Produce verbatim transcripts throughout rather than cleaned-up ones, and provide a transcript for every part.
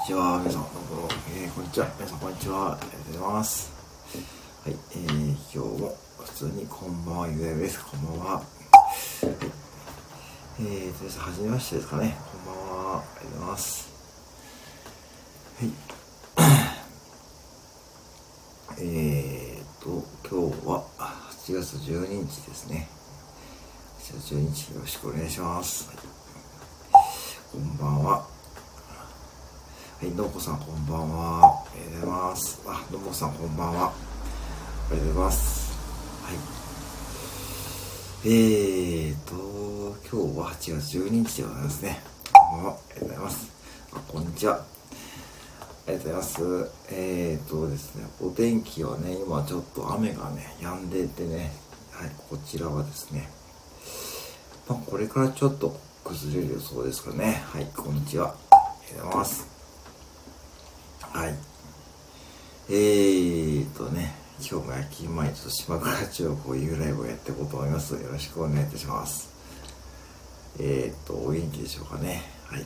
ちは、皆さん、どうも、えー、こんにちは、皆さん、こんにちは、ありがとうございます。はい、えー、今日も普通にこんばんは、ゆうやです。こんばんは。はい、えー、とりあえず、はじめましてですかね。こんばんは、ありがとうございます。はい。えーと、今日ははちがつじゅうににちですね。はちがつじゅうににち、よろしくお願いします。はい、こんばんは。はい、のこさんこんばんは。ありがとうございます。あ、のこさんこんばんは。ありがとうございます。はい。えーと、今日ははちがつじゅうににちでございますね。こんばんは。ありがとうございます。あ、こんにちは。ありがとうございます。えーとですね、お天気はね、今ちょっと雨がね、止んでてね、はい、こちらはですね、まあ、これからちょっと崩れる予想ですかね。はい、こんにちは。ありがとうございます。はい。えーとね、今日も夜勤前にちょっと島倉中央こういうライブをやっていこうと思います。よろしくお願いいたします。えーと、お元気でしょうかね。はい。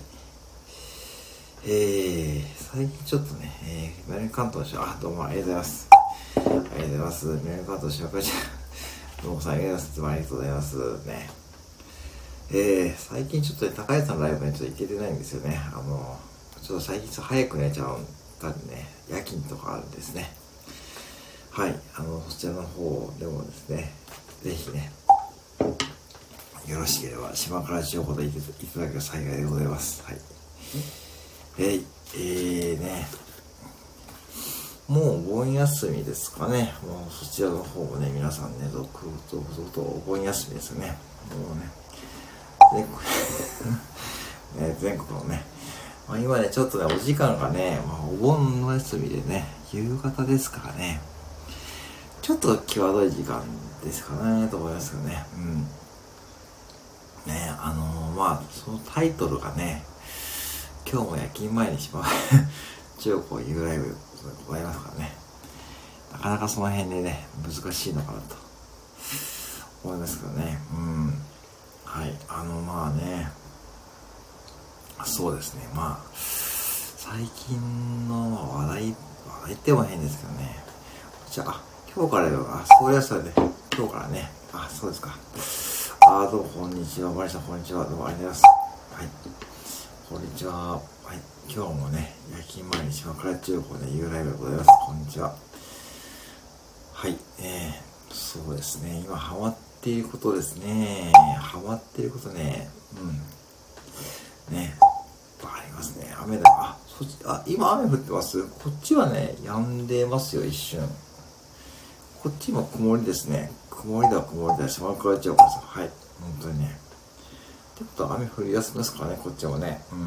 えー、最近ちょっとね、えー、南関東の人、あ、どうもありがとうございます。ありがとうございます。南関東島倉中央、どうもさんありがとうございます。いつもありがとうございますね。えー、最近ちょっとね、高橋さんのライブにちょっと行けてないんですよね。あの、ちょっと最近ちょっと早く寝ちゃったんでね、夜勤とかあるんですね。はい、あの、そちらの方でもですね、ぜひね、よろしければ島倉千代子と言っていただける幸いでございます。はい。えー、えーね、もうお盆休みですかね。もうそちらの方もね、皆さんね、続々とお盆休みですよね。もうね、全国、ね、全国のね、まあ、今ね、ちょっとね、お時間がね、まあ、お盆の休みでね、夕方ですからね、ちょっと際どい時間ですかね、と思いますよね。うん。ね、あのー、まあ、そのタイトルがね、今日も夜勤前にしまう、中高ユーライブでございますからね。なかなかその辺でね、難しいのかなと思いますけどね。うん。はい。あの、まあね、そうですね、まあ、最近の話題、話題っても変ですけどね。じゃあ、今日からよ、あ、そうやそれで、今日からね、あ、そうですか。あ、どうもこんにちは、マリさんこんにちは、どうもありがとうございます。はい。こんにちは。はい。今日もね、夜勤前に島倉中高で U ライブでございます。こんにちは。はい。えー、そうですね、今ハマっていることですね。ハマっていることね、うん。ね、ありますね。雨だ。あ、そっち、あ、今雨降ってます？こっちはね、止んでますよ、一瞬。こっち今曇りですね。曇りだ曇りだ、島倉千代子です。はい。本当にね。ってことは雨降りやすいですからね、こっちもね。うん。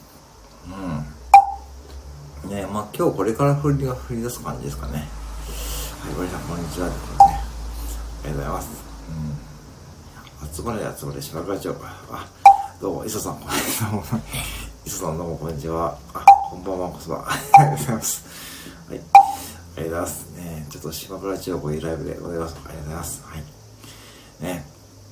うん。ね、まあ今日これから降りが降り出す感じですかね。はい、ごめんなさい、こんにちは。ね、ありがとうございます。うん。集まれ集まれ、島倉千代子。あ、どうも、磯さん、こんにちは。磯さんどうもこんにちは。あ、こんばんは、こそば。ありがとうございます。はい。ありがとうございますね。ちょっと島倉千代子いいライブでございます。ありがとうございます。はい。ね。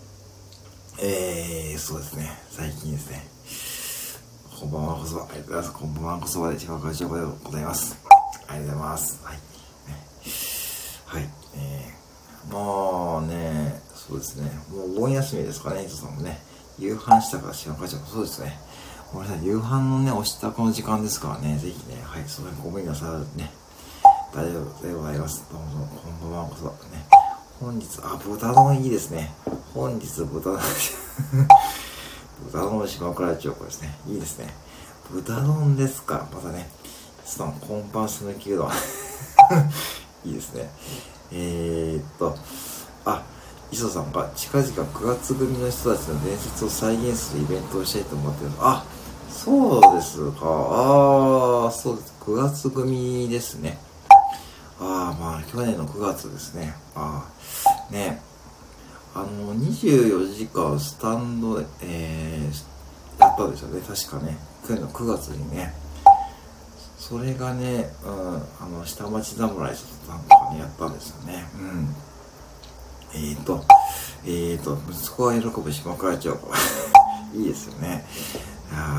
えー、そうですね。最近ですね。こんばんはこそば。ありがとうございます。こんばんはこそばで島倉千代子でございます。ありがとうございます。はい。ね、はい。えー、まあね、そうですね。もうお盆休みですかね、磯さんもね。夕飯したから島倉千代子。そうですね。ごめんなさい。夕飯のね、お支度の時間ですからね。ぜひね、はい。その辺ご無理なさらずね。大丈夫でございます。どうもどうも、こんばんはこそね。本日、あ、豚丼いいですね。本日豚丼、豚丼島倉千代子ですね。いいですね。豚丼ですか。またね、そのコンパス抜きうどん。いいですね。えーっと、あ、磯さんが近々くがつ組の人たちの伝説を再現するイベントをしたいと思っている。あ、そうですか。ああ、そうです。くがつ組ですね。ああ、まあ、去年のくがつですね。ああ、ね。あの、にじゅうよじかんスタンドで、えー、やったんですよね。確かね。去年のくがつにね。それがね、うん、あの、下町侍さんとかね、やったんですよね。うん。えーと、えーと、息子は喜ぶ島倉千代子。いいですよね。あ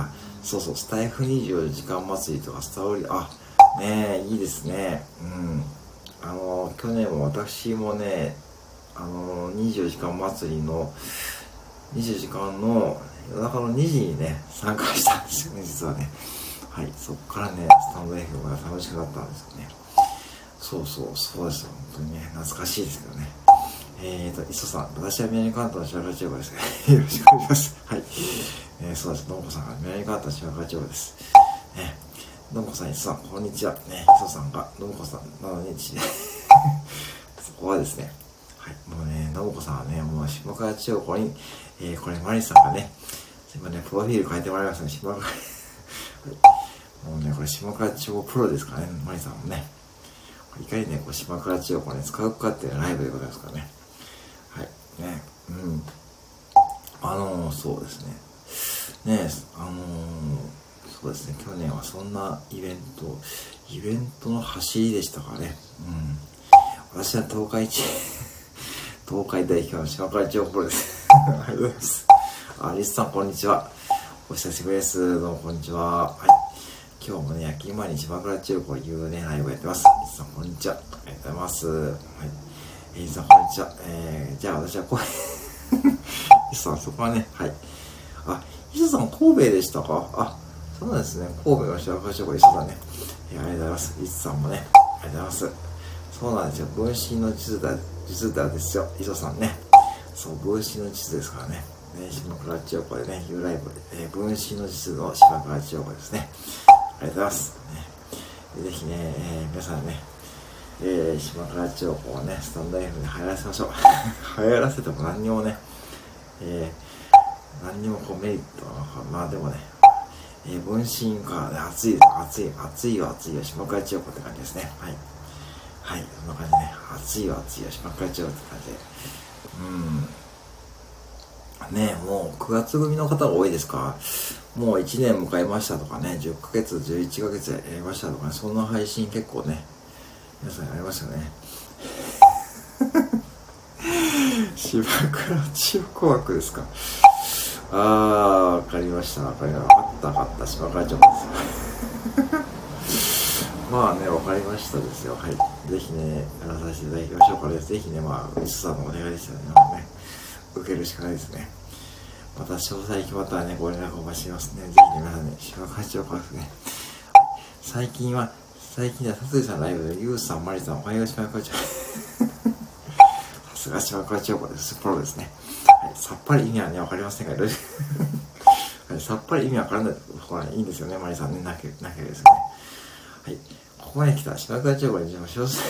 そうそう、スタイフにじゅうよじかん祭りとかスタオリ、あ、ねえ、いいですね。うん。あの、去年も私もね、あの、にじゅうよじかん祭りの、にじゅうよじかんの夜中のにじにね、参加したんですよね、実はね。はい、そっからね、スタンド エフエム が楽しくなったんですよね。そうそう、そうですよ。本当にね、懐かしいですけどね。えーと、磯さん、私は宮城関東の白川千代子ですね。よろしくお願いします。はい。えー、そうです。のんこさんが宮城関東の白川千代子です。ね。のんこさん、磯さん、こんにちは。ね、磯さんが、のんこさん、なのに、そこはですね、はい。もうね、のんこさんはね、もう下川千代子に、えー、これ、マリさんがね、今ね、プロフィール変えてもらいましたね、下川、はい。もうね、これ、下川千代子プロですからね、マリさんもね。いかにね、こう下川千代子をね、使うかっていうライブでございますからね。はい。ね。うん。あのー、そうですね。ねあのー、そうですね。去年はそんなイベント、イベントの走りでしたからね。うん。私は東海地、東海代表の下川千代子プロです。ありがとうございます。あ、リスさん、こんにちは。お久しぶりです。どうも、こんにちは。はい。今日もね、夜勤前に島倉千代子を言うね、ライブやってます。リスさん、こんにちは。ありがとうございます。はい。えー、リスさん、こんにちは。えー、じゃあ私はこう、リスさん、そこはね、はい。あ、リスさん、神戸でしたか？あ、そうなんですね。神戸の島倉千代子、リスさんね。えー、ありがとうございます。リスさんもね、ありがとうございます。そうなんですよ。分身の地図だ、地図だですよ。リスさんね。そう、分身の地図ですからね。ね、島倉千代子でね、ユーライブ、えー、分身の実の島倉千代子ですね。ありがとうございます。ね、ぜひね、えー、皆さんね、えー、島倉千代子をね、スタンド エフ に流行らせましょう。流行らせても何にもね、えー、何にもこうメリットは、まあでもね、えー、分身か、ね、熱い、熱い、熱いよ、熱いよ、島倉千代子って感じですね。はい。はい、そんな感じね。熱いよ、熱いよ、島倉千代子って感じで。うん。ねえ、もうくがつ組の方が多いですか？もういちねん迎えましたとかね、じゅっかげつ、じゅういちかげつやりましたとかね、そんな配信結構ね、皆さんやりましたね。島倉千代子枠ですか？あー、わかりました、わかりました。あったあった、島倉千代子です。まあね、わかりましたですよ。はい。ぜひね、やらさせていただきましょうかね。ぜひね、まあ、うちさんのお願いですよね。ね、受けるしかないですね。また詳細決まったらね、ご連絡お待ちしてますね。ぜひね、皆さんね、島倉千代子ですね。最近は、最近は、さついさんライブで、ゆうさん、まりさん、おはよう、島倉千代子。さすが島倉千代子です。プロですね。はい、さっぱり意味はね、わかりませんが、はい、さっぱり意味わからない方がいいんですよね、まりさんね、なけ、なければですよね。はい。ここまで来た、島倉千代子に事務所、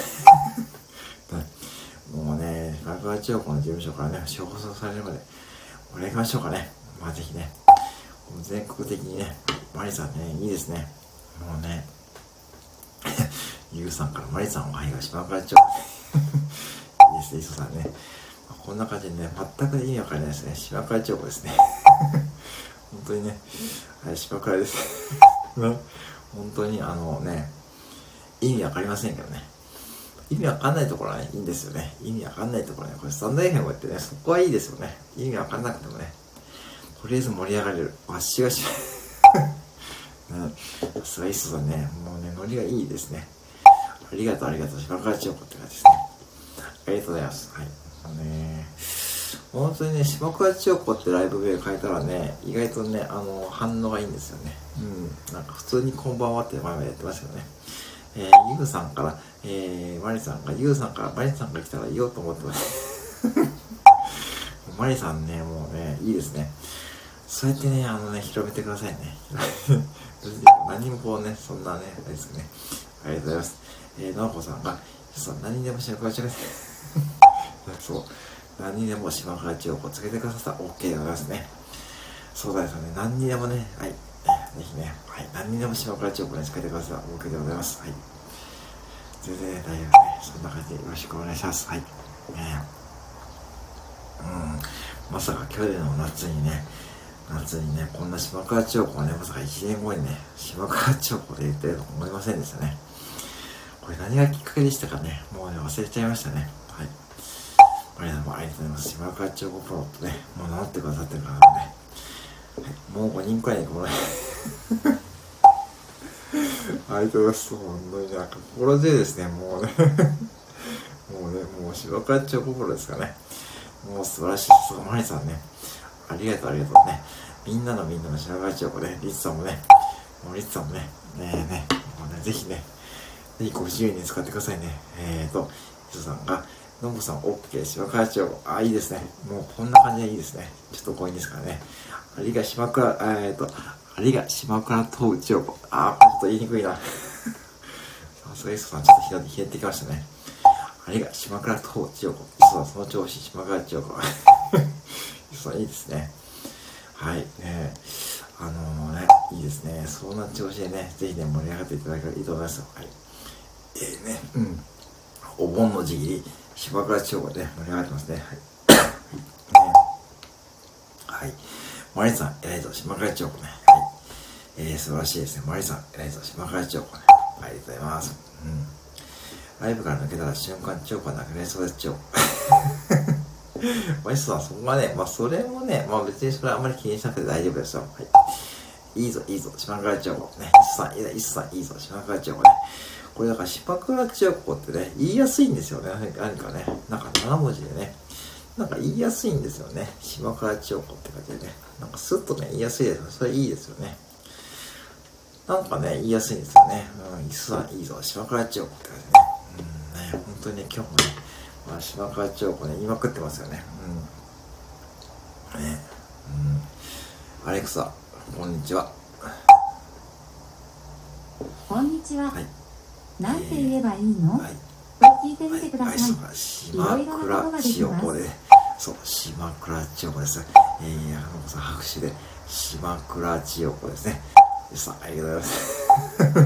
もうね、島倉千代子の事務所からね、消放送されるまで、これ行きましょうかね。まあぜひね、全国的にね、マリさんね、いいですね。もうね、ゆうさんからマリさんおはよう、島倉千代子。いいですね、磯さんね。まあ、こんな感じでね、全く意味わかりないですね。島倉千代子ですね。本当にね、はい、島倉です。ね、本当にあのね、意味わかりませんけどね。意味わかんないところはね、いいんですよね。意味わかんないところね、これスタンド エフエム ってね、そこはいいですよね。意味わかんなくてもね、とりあえず盛り上がれる。わっしがし、ね、さすが磯さんね、もうね、ノリがいいですね。ありがとう、ありがとう、島倉千代子って感じですね。ありがとうございます。はい。もうね、本当にね、島倉千代子ってライブ名変えたらね、意外とね、あの、反応がいいんですよね。うん。なんか普通にこんばんはって前までやってましたよね。えー、ゆうさんから、えー、マリさんが、ゆうさんからマリさんが来たら言おうと思ってます。マリさんね、もうね、いいですね。そうやってね、あのね、広めてくださいね。何もこうね、そんなね、あれですね。ありがとうございます。えー、のうこさんが、そう、何にでも島倉千代子そう、何にでも島倉千代子をつけてくださったら OK でございますね。そうですよね、何にでもね、はい。ぜひね、はい、何にでも島倉千代子につけてくださったら OK でございます。はい。全然大丈夫ですね。そんな感じでよろしくお願いします。はい。ね、うん、まさか去年の夏にね、夏にね、こんな島倉千代子がね、まさかいちねんごにね、島倉千代子で言ってると思いませんでしたね。これ何がきっかけでしたかね。もうね、忘れちゃいましたね。はい。ありがとうございます。島倉千代子プロとね、もう名乗ってくださってる方もね、はい、もうごにんくらいにこのありがとうございます。本当になんか心強いですね、もうね。もうね、もう芝倉町心ですかね。もう素晴らしい。さすがマリさんね。ありがとうありがとうね。みんなのみんなの芝倉町ね、リツさんもね、もうリツさんもね、ねえね、もうね、ぜひね、ぜひご自由に使ってくださいね。えーと、リツさんが、のぶさん OK、芝倉町。あ、いいですね。もうこんな感じでいいですね。ちょっと強引ですからね。ありが島倉、えーと、ありが島倉とうちおこ。あー、ちょっと言いにくいな。さすがリツさん、ちょっとひねってきましたね。ありが島倉とうちおこ。そう、その調子、島倉ちおこ。そう、いいですね。はい、ね、あのー、ね、いいですね。そんな調子でね、ぜひね、盛り上がっていただければいいと思いますよ。はい。えーね、うん。お盆の時期に、島倉地方がね、盛り上がってますね。はい。ね、はい。マリさん、偉いぞ、島倉地方ね。はい。えー、素晴らしいですね。マリさん、偉いぞ、島倉地方ね。ありがとうございます。うん。ライブから抜けたら瞬間、チョコがなくなりそうです、チョコ。マリさん、そこはね、まあ、それもね、まあ別にそれはあんまり気にしなくて大丈夫ですよ。はい。いいぞ、いいぞ、島倉千代子。ね、いっさん、いいぞ、いっさん、いいぞ、島倉千代子ね。これだから、島倉千代子ってね、言いやすいんですよね。何かね、なんかなな文字でね、なんか言いやすいんですよね。島倉千代子って感じでね。なんかスッとね、言いやすいですよ。それいいですよね。なんかね、言いやすいんですよね。うん、いっさん、いいぞ、島倉千代子って感じでね。うんね、本当にね、今日もね、まあ、島倉千代子ね、言いまくってますよね。うん。ね、うん。アレクサ、こんにちは。 こんにちは。 はい。 なんて言えばいいの？ はい。 聞いてみてください。 はい、島倉千代子で、そう、島倉千代子です。えー、山本さん拍手で、島倉千代子ですね。さあ、ありがとうございます。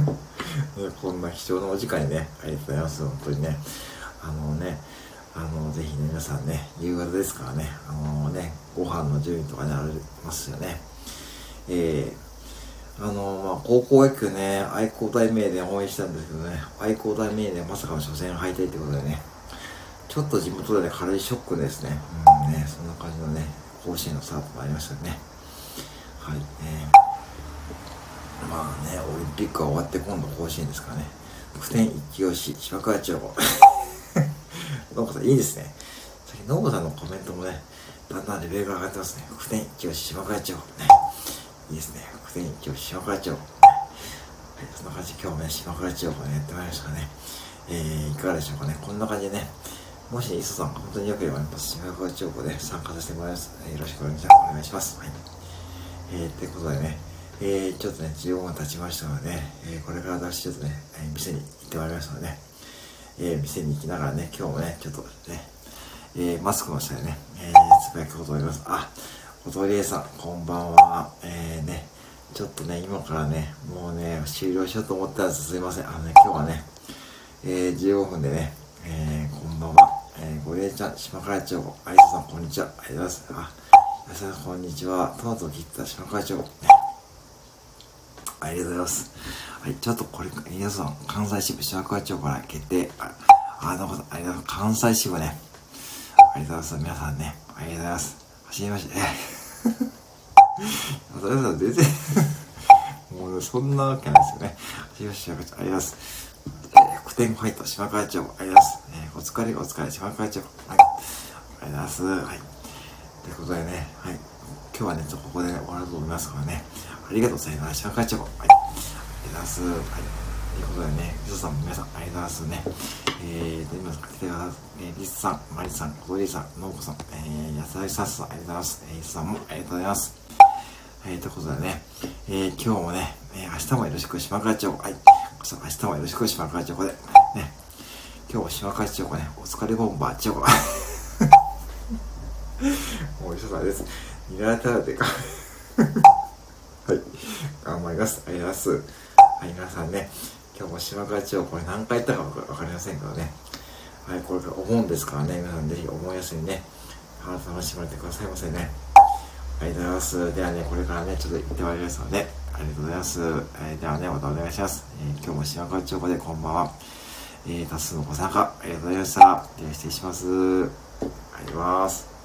ね、こんな貴重なお時間にね、ありがとうございます。本当にね。あのね、あの、ぜひね、皆さんね、夕方ですからね、あのね、ご飯の準備とかにありますよね。えー、あの、まあ、高校野球ね、愛工大名電応援したんですけどね、愛工大名電まさかの初戦敗退ということでね、ちょっと地元でね、軽いショックですね。うんね、そんな感じのね、甲子園のスタートもありましたね。はい、ね。まあね、オリンピックが終わって今度甲子園ですからね。得点一挙し、島倉千代子。ノブさん、いいですね。さっきノブさんのコメントもね、だんだんレベルが上がってますね。得点一挙し、島倉千代子。ね。いいですね。得点一挙し、島倉千代子。はい、そんな感じで今日もね、島倉千代子ね、やってまいりましたね。えー、いかがでしょうかね。こんな感じでね、もし、磯さんが本当によければ、ね、島倉千代子で参加させてもらいます。えー、よろしくお願いします。はい。えー、ってことでね、えー、ちょっとね、じゅうごふん経ちましたので、えー、これから私ちょっとね、えー、店に行ってまいりますので、ね、えー、店に行きながらね、今日もね、ちょっとね、えー、マスクの下でね、えー、つぶやくこと思います。あ、おとりえさん、こんばんは。えー、ね、ちょっとね、今からね、もうね、終了しようと思ったんです。すいません。あのね、今日はね、えー、じゅうごふんでね、えー、こんばんは。えー、ごれいちゃん、島倉千代子、あいささん、こんにちは。ありがとうございます。あ、あいささん、こんにちは。トマトを切った島倉千代子。ね、ありがとうございます。はい、ちょっとこれ、皆さん、関西支部、島倉千代子から決定。あ、あの、ありがとうございます。関西支部ね。ありがとうございます。皆さんね、ありがとうございます。走りました。えー、それさん、全然、もうそんなわけないですよね。走りました。ありがとうございます。句点ファイト、島倉千代子、ありがとうございます。えー、お疲れ、お疲れ、島倉千代子。はい。ありがとうございます。はい。ということでね、はい。今日はね、ちょっとここで、ね、終わろうと思いますからね。ありがとうございます。島倉千代子。はい。ありがとうございます。はい。ということでね、みそさんも皆さん、ありがとうございますね。えーと、今、来てください。えー、リスさん、マリさん、小鳥さん、ノブコさん、えー、安田さん、ありがとうございます。えー、リスさんもありがとうございます。えー、ということでね、えー、今日もね、えー、明日もよろしく島倉千代子。はい。明日もよろしく島倉千代子で。ね。今日も島倉千代子ね、お疲れボンバー千代子。もう一緒だです。見られたらでか。はい。頑張ります。ありがとうございます。はい、皆さんね、今日も島倉千代子これ何回言ったかわかりませんけどね。はい、これからお盆ですからね、皆さんぜひお盆休みね、楽しまれてくださいませね。ありがとうございます。ではね、これからね、ちょっと行ってまいりますので、ありがとうございます。えー、ではね、またお願いします。えー、今日も島倉千代子でこんばんは。えー、多数のご参加、ありがとうございました。では失礼します。ありがとうございます。